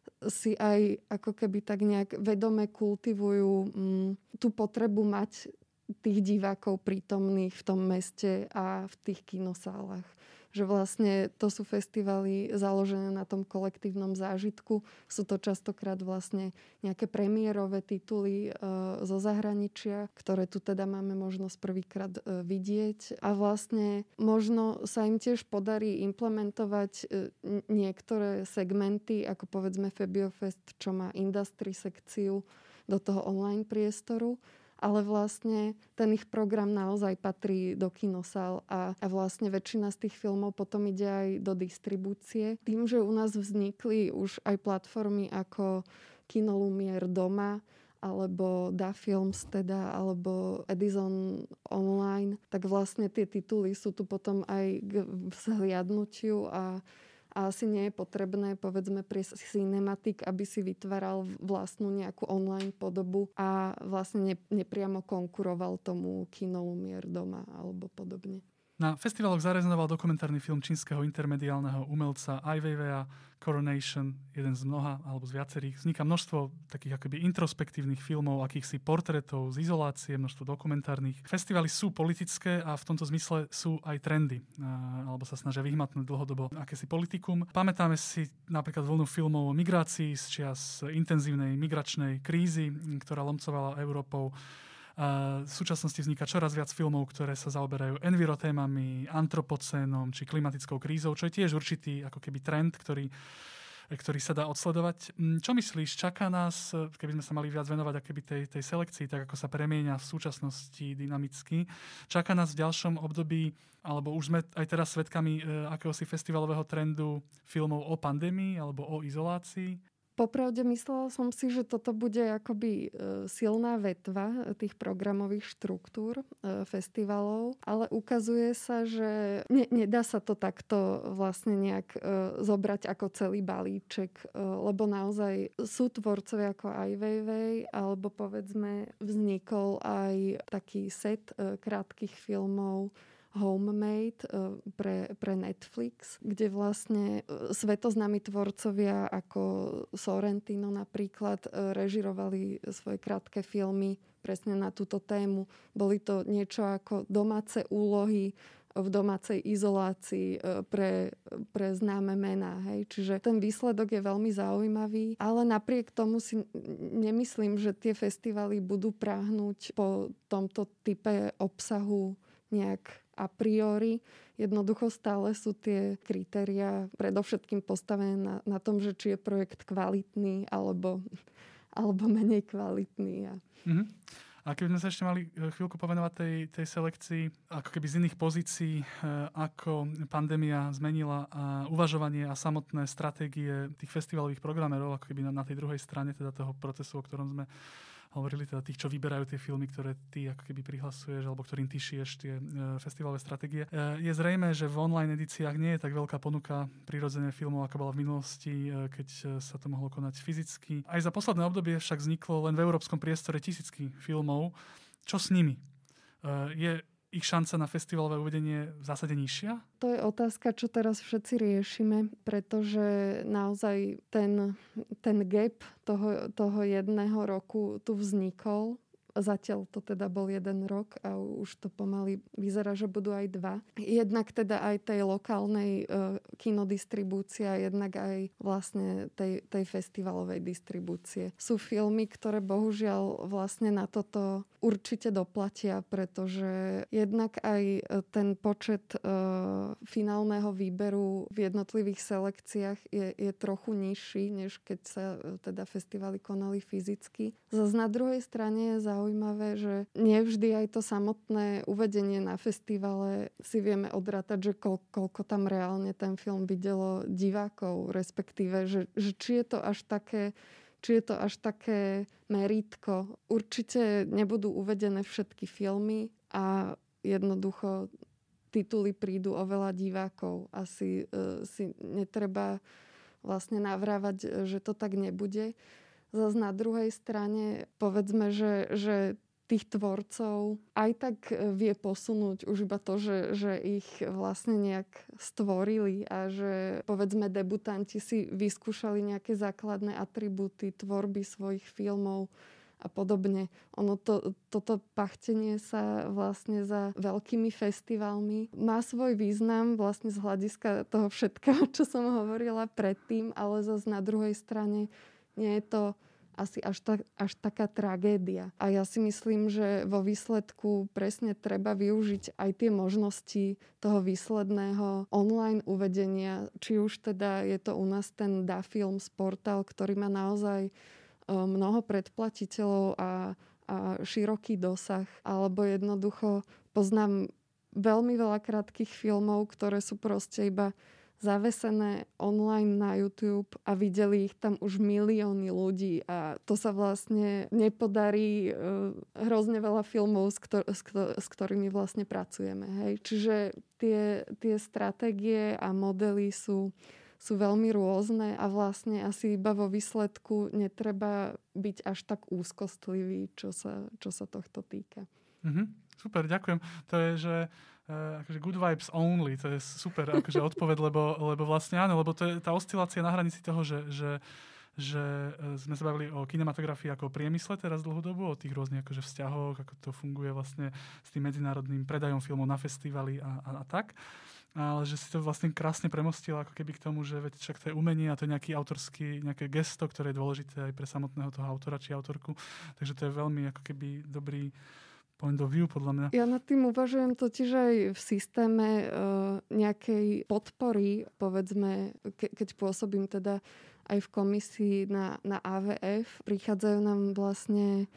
si aj ako keby tak nejak vedome kultivujú mm, tú potrebu mať tých divákov prítomných v tom meste a v tých kinosálach. Že vlastne to sú festivaly založené na tom kolektívnom zážitku. Sú to častokrát vlastne nejaké premiérové tituly e, zo zahraničia, ktoré tu teda máme možnosť prvýkrát e, vidieť. A vlastne možno sa im tiež podarí implementovať e, niektoré segmenty, ako povedzme Febiofest, čo má industry sekciu do toho online priestoru. Ale vlastne ten ich program naozaj patrí do kinosál a, a vlastne väčšina z tých filmov potom ide aj do distribúcie. Tým, že u nás vznikli už aj platformy ako Kino Lumière doma, alebo Da Films teda, alebo Edison online, tak vlastne tie tituly sú tu potom aj k vzhliadnutiu a A asi nie je potrebné, povedzme, pre Cinematic, aby si vytváral vlastnú nejakú online podobu a vlastne ne, nepriamo konkuroval tomu Kino Lumière doma alebo podobne. Na festivaloch zarezonoval dokumentárny film čínskeho intermediálneho umelca Ai Weiwei Coronation, jeden z mnoha, alebo z viacerých. Vzniká množstvo takých akoby introspektívnych filmov, akýchsi portrétov z izolácie, množstvo dokumentárnych. Festivaly sú politické a v tomto zmysle sú aj trendy, alebo sa snažia vyhmatnúť dlhodobo akési politikum. Pamätáme si napríklad vlnu filmov o migrácii z čias intenzívnej migračnej krízy, ktorá lomcovala Európou. V súčasnosti vzniká čoraz viac filmov, ktoré sa zaoberajú envirotémami, antropocénom či klimatickou krízou, čo je tiež určitý ako keby trend, ktorý, ktorý sa dá odsledovať. Čo myslíš, čaká nás, keby sme sa mali viac venovať akoby tej, tej selekcii, tak ako sa premieňa v súčasnosti dynamicky, čaká nás v ďalšom období, alebo už sme aj teraz svedkami akéhosi festivalového trendu filmov o pandémii alebo o izolácii? Popravde myslela som si, že toto bude akoby silná vetva tých programových štruktúr festivalov, ale ukazuje sa, že ne, nedá sa to takto vlastne nejak zobrať ako celý balíček, lebo naozaj sú tvorcovia ako Ai Weiwei, alebo povedzme vznikol aj taký set krátkych filmov Homemade pre, pre Netflix, kde vlastne svetoznámi tvorcovia ako Sorrentino napríklad režirovali svoje krátke filmy presne na túto tému. Boli to niečo ako domáce úlohy v domácej izolácii pre, pre známe mená. Hej. Čiže ten výsledok je veľmi zaujímavý, ale napriek tomu si nemyslím, že tie festivaly budú práhnuť po tomto type obsahu nejak a priori. Jednoducho stále sú tie kritériá predovšetkým postavené na, na tom, že či je projekt kvalitný alebo, alebo menej kvalitný. Mm-hmm. A keby sme sa ešte mali chvíľku povenovať tej, tej selekcii, ako keby z iných pozícií, ako pandémia zmenila uvažovanie a samotné stratégie tých festivalových programérov, ako keby na, na tej druhej strane teda toho procesu, o ktorom sme hovorili, teda tých, čo vyberajú tie filmy, ktoré ty ako keby prihlasuješ, alebo ktorým ty šiješ tie e, festivalové stratégie. E, je zrejmé, že v online edíciách nie je tak veľká ponuka prirodzene filmov, ako bola v minulosti, e, keď sa to mohlo konať fyzicky. Aj za posledné obdobie však vzniklo len v európskom priestore tisícky filmov. Čo s nimi? E, je ich šanca na festivalové uvedenie v zásade nižšia? To je otázka, čo teraz všetci riešime, pretože naozaj ten, ten gap toho, toho jedného roku tu vznikol. Zatiaľ to teda bol jeden rok a už to pomaly vyzerá, že budú aj dva. Jednak teda aj tej lokálnej e, kinodistribúcie, jednak aj vlastne tej, tej festivalovej distribúcie. Sú filmy, ktoré bohužiaľ vlastne na toto určite doplatia, pretože jednak aj ten počet e, finálneho výberu v jednotlivých selekciách je, je trochu nižší, než keď sa e, teda festivaly konali fyzicky. Zas na druhej strane je zaujímavé, zaujímavé, že nevždy aj to samotné uvedenie na festivale si vieme odrátať, že koľ, koľko tam reálne ten film videlo divákov, respektíve, že, že či je to až také či je to až také merítko. Určite nebudú uvedené všetky filmy a jednoducho tituly prídu o veľa divákov. Asi uh, si netreba vlastne navrávať, že to tak nebude. Zas na druhej strane povedzme, že, že tých tvorcov aj tak vie posunúť už iba to, že, že ich vlastne nejak stvorili a že povedzme debutanti si vyskúšali nejaké základné atribúty tvorby svojich filmov a podobne. Ono to, toto pachtenie sa vlastne za veľkými festivalmi má svoj význam vlastne z hľadiska toho všetkého, čo som hovorila predtým, ale zase na druhej strane nie je to asi až, tak, až taká tragédia. A ja si myslím, že vo výsledku presne treba využiť aj tie možnosti toho výsledného online uvedenia. Či už teda je to u nás ten DaFilms portál, ktorý má naozaj mnoho predplatiteľov a, a široký dosah. Alebo jednoducho poznám veľmi veľa krátkych filmov, ktoré sú proste iba zavesené online na YouTube a videli ich tam už milióny ľudí a to sa vlastne nepodarí uh, hrozne veľa filmov, s, ktor- s, ktor- s ktorými vlastne pracujeme. Hej. Čiže tie, tie stratégie a modely sú, sú veľmi rôzne a vlastne asi iba vo výsledku netreba byť až tak úzkostlivý, čo sa, čo sa tohto týka. Mm-hmm. Super, ďakujem. To je, že uh, akože good vibes only, to je super akože odpoveď, lebo, lebo vlastne áno, lebo to je tá oscilácia na hranici toho, že, že že sme sa bavili o kinematografii ako o priemysle teraz dlhú dobu, o tých rôznych akože vzťahoch, ako to funguje vlastne s tým medzinárodným predajom filmov na festivali a, a, a tak. Ale že si to vlastne krásne premostila ako keby k tomu, že veď však to je umenie a to je nejaký autorský, nejaké gesto, ktoré je dôležité aj pre samotného toho autora či autorku. Takže to je veľmi ako keby dobrý point of view, podľa mňa. Ja nad tým uvažujem totiž aj v systéme uh, nejakej podpory, povedzme, ke, keď pôsobím teda aj v komisii na, na á vé ef, prichádzajú nám vlastne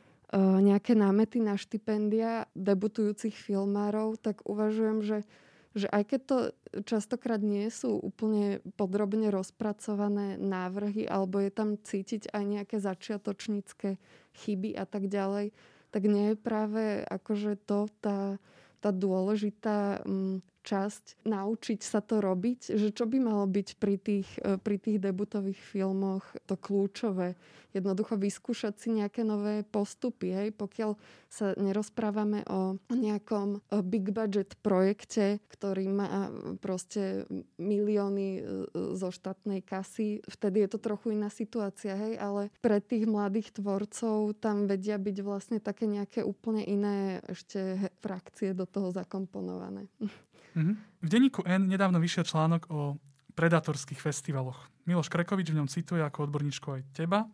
uh, nejaké námety na štipendia debutujúcich filmárov, tak uvažujem, že, že aj keď to častokrát nie sú úplne podrobne rozpracované návrhy, alebo je tam cítiť aj nejaké začiatočnícke chyby a tak ďalej, tak nie je práve akože to tá, tá dôležitá um, časť naučiť sa to robiť, že čo by malo byť pri tých, pri tých debutových filmoch to kľúčové. Jednoducho vyskúšať si nejaké nové postupy. Hej? Pokiaľ sa nerozprávame o nejakom big budget projekte, ktorý má proste milióny zo štátnej kasy, vtedy je to trochu iná situácia. Hej? Ale pre tých mladých tvorcov tam vedia byť vlastne také nejaké úplne iné ešte frakcie do toho zakomponované. Mm-hmm. V denníku N nedávno vyšiel článok o predatorských festivaloch. Miloš Krekovič v ňom cituje ako odborníčku aj teba.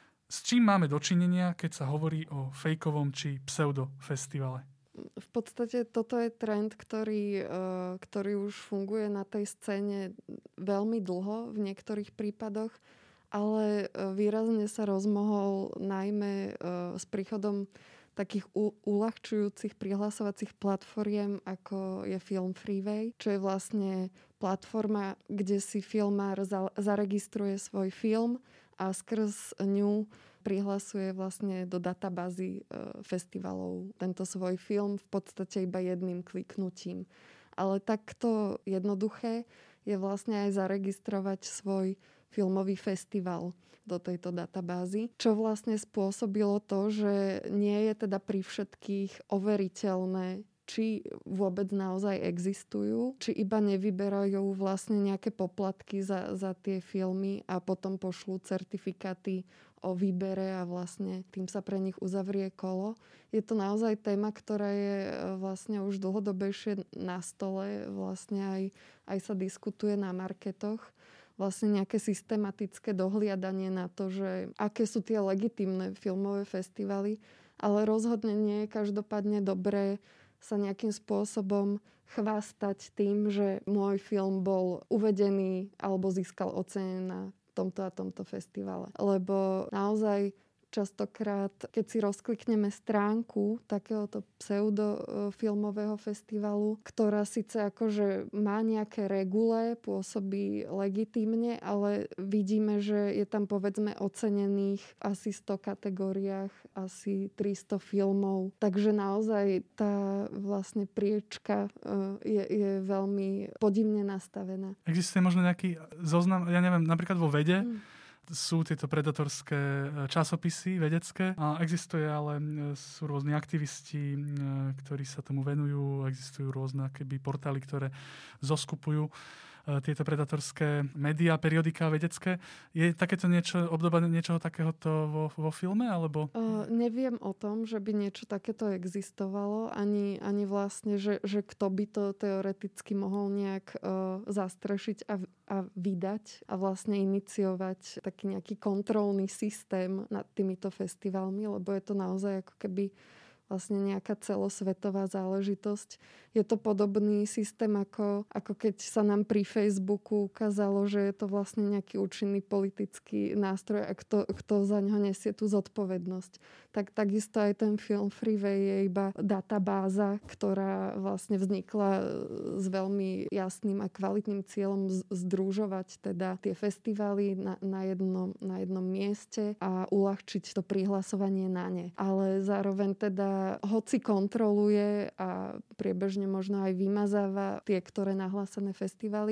S čím máme dočinenia, keď sa hovorí o fejkovom či pseudofestivale? V podstate toto je trend, ktorý, ktorý už funguje na tej scéne veľmi dlho v niektorých prípadoch, ale výrazne sa rozmohol najmä s príchodom takých uľahčujúcich prihlasovacích platformiem, ako je Film Freeway, čo je vlastne platforma, kde si filmár zaregistruje svoj film a skrz ňu prihlasuje vlastne do databázy festivalov tento svoj film v podstate iba jedným kliknutím. Ale takto jednoduché je vlastne aj zaregistrovať svoj filmový festival do tejto databázy, čo vlastne spôsobilo to, že nie je teda pri všetkých overiteľné, či vôbec naozaj existujú, či iba nevyberajú vlastne nejaké poplatky za, za tie filmy a potom pošlú certifikáty o výbere a vlastne tým sa pre nich uzavrie kolo. Je to naozaj téma, ktorá je vlastne už dlhodobejšie na stole, vlastne aj, aj sa diskutuje na marketoch. Vlastne nejaké systematické dohliadanie na to, že aké sú tie legitímne filmové festivaly, ale rozhodne nie je každopádne dobré sa nejakým spôsobom chvástať tým, že môj film bol uvedený alebo získal ocenenie na tomto a tomto festivale. Lebo naozaj častokrát, keď si rozklikneme stránku takéhoto pseudofilmového festivalu, ktorá síce akože má nejaké regule, pôsobí legitímne, ale vidíme, že je tam povedzme ocenených asi sto kategóriách, asi tristo filmov. Takže naozaj tá vlastne priečka je, je veľmi podivne nastavená. Existuje možno nejaký zoznam, ja neviem, napríklad vo vede, mm. sú tieto predatorské časopisy vedecké a existuje, ale sú rôzni aktivisti, ktorí sa tomu venujú, existujú rôzne keby portály, ktoré zoskupujú tieto predatorské médiá, periodika vedecké. Je takéto niečo, obdoba niečoho takéhoto vo, vo filme, alebo? Uh, neviem o tom, že by niečo takéto existovalo, ani, ani vlastne, že, že kto by to teoreticky mohol nejak uh, zastrešiť a, a vydať a vlastne iniciovať taký nejaký kontrolný systém nad týmito festivalmi, lebo je to naozaj ako keby vlastne nejaká celosvetová záležitosť. Je to podobný systém, ako, ako keď sa nám pri Facebooku ukázalo, že je to vlastne nejaký účinný politický nástroj a kto, kto za ňo nesie tú zodpovednosť. Tak takisto aj ten Film Freeway je iba databáza, ktorá vlastne vznikla s veľmi jasným a kvalitným cieľom združovať teda tie festivály na, na, jednom, na jednom mieste a uľahčiť to prihlasovanie na ne. Ale zároveň teda hoci kontroluje a priebežne možno aj vymazáva tie, ktoré nahlásené festivaly,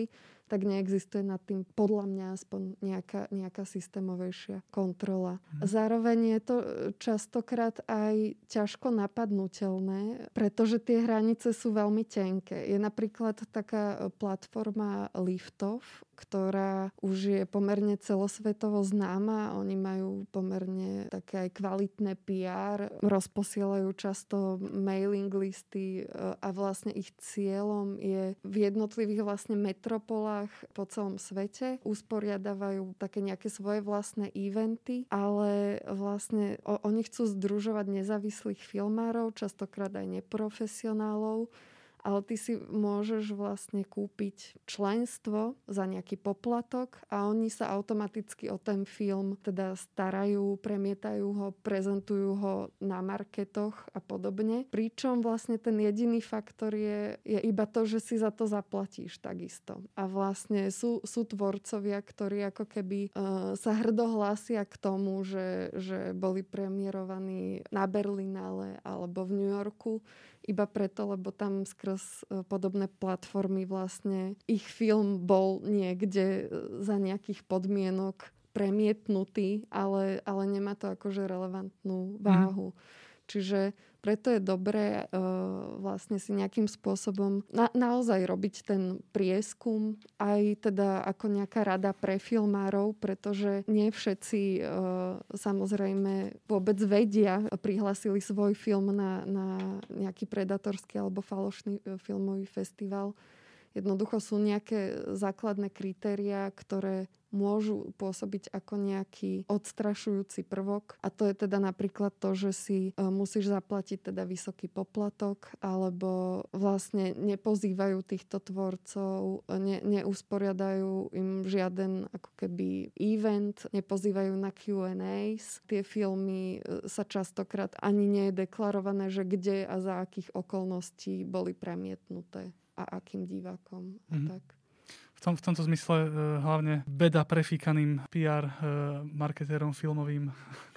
tak neexistuje nad tým podľa mňa aspoň nejaká, nejaká systémovejšia kontrola. Mm. Zároveň je to častokrát aj ťažko napadnutelné, pretože tie hranice sú veľmi tenké. Je napríklad taká platforma Liftov, ktorá už je pomerne celosvetovo známa. Oni majú pomerne také aj kvalitné pé er, rozposielajú často mailing listy a vlastne ich cieľom je v jednotlivých vlastne metropolách po celom svete. Usporiadavajú také nejaké svoje vlastné eventy, ale vlastne o, oni chcú združovať nezávislých filmárov, častokrát aj neprofesionálov, ale ty si môžeš vlastne kúpiť členstvo za nejaký poplatok a oni sa automaticky o ten film teda starajú, premietajú ho, prezentujú ho na marketoch a podobne. Pričom vlastne ten jediný faktor je, je iba to, že si za to zaplatíš takisto. A vlastne sú, sú tvorcovia, ktorí ako keby uh, sa hrdo hlásia k tomu, že, že boli premiérovaní na Berlinále alebo v New Yorku, iba preto, lebo tam skrz podobné platformy vlastne ich film bol niekde za nejakých podmienok premietnutý, ale, ale nemá to akože relevantnú váhu. Mm. Čiže preto je dobré uh, vlastne si nejakým spôsobom na, naozaj robiť ten prieskum, aj teda ako nejaká rada pre filmárov, pretože nie všetci uh, samozrejme vôbec vedia, prihlásili svoj film na, na nejaký predatorský alebo falošný uh, filmový festival. Jednoducho sú nejaké základné kritériá, ktoré môžu pôsobiť ako nejaký odstrašujúci prvok. A to je teda napríklad to, že si musíš zaplatiť teda vysoký poplatok, alebo vlastne nepozývajú týchto tvorcov, ne, neusporiadajú im žiaden ako keby event, nepozývajú na Q and A's. Tie filmy sa častokrát ani nie je deklarované, že kde a za akých okolností boli premietnuté a akým divákom a mm-hmm. tak. V, tom, v tomto zmysle uh, hlavne beda prefíkaným pé er uh, marketérom filmovým,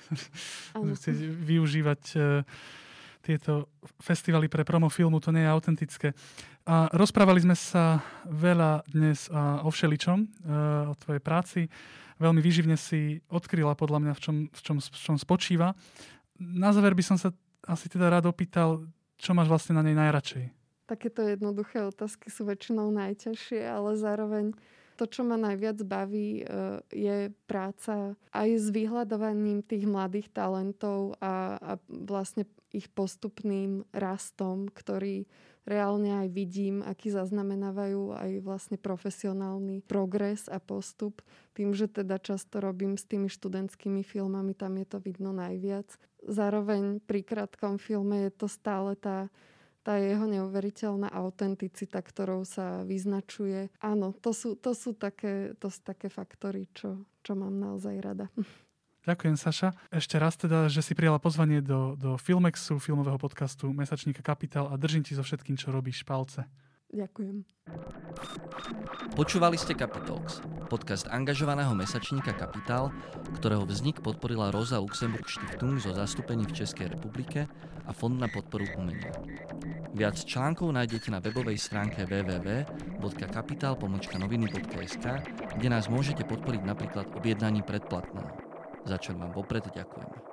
ktorí chcú využívať uh, tieto festivaly pre promo filmu, to nie je autentické. A rozprávali sme sa veľa dnes uh, o všeličom, uh, o tvojej práci. Veľmi výživne si odkryla podľa mňa, v čom, v čom, v čom spočíva. Na záver by som sa asi teda rád opýtal, čo máš vlastne na nej najradšej? Takéto jednoduché otázky sú väčšinou najťažšie, ale zároveň to, čo ma najviac baví, je práca aj s vyhľadovaním tých mladých talentov a, a vlastne ich postupným rastom, ktorý reálne aj vidím, aký zaznamenávajú aj vlastne profesionálny progres a postup. Tým, že teda často robím s tými študentskými filmami, tam je to vidno najviac. Zároveň pri krátkom filme je to stále tá tá jeho neuveriteľná autenticita, ktorou sa vyznačuje. Áno, to sú, to sú, také, to sú také faktory, čo, čo mám naozaj rada. Ďakujem, Saša. Ešte raz teda, že si prijala pozvanie do, do Filmexu, filmového podcastu Mesačníka Kapitál a držím ti so všetkým, čo robíš, palce. Ďakujem. Počúvali ste Capitalx, podcast angažovaného mesačníka Kapitál, ktorého vznik podporila Rosa Luxemburg Stiftung zo zastúpení v Českej republike a Fond na podporu umenia. Viac článkov nájdete na webovej stránke w w w bodka kapital pomlčka noviny bodka es ká, kde nás môžete podporiť napríklad objednaním predplatného, za čo vám vopred ďakujeme.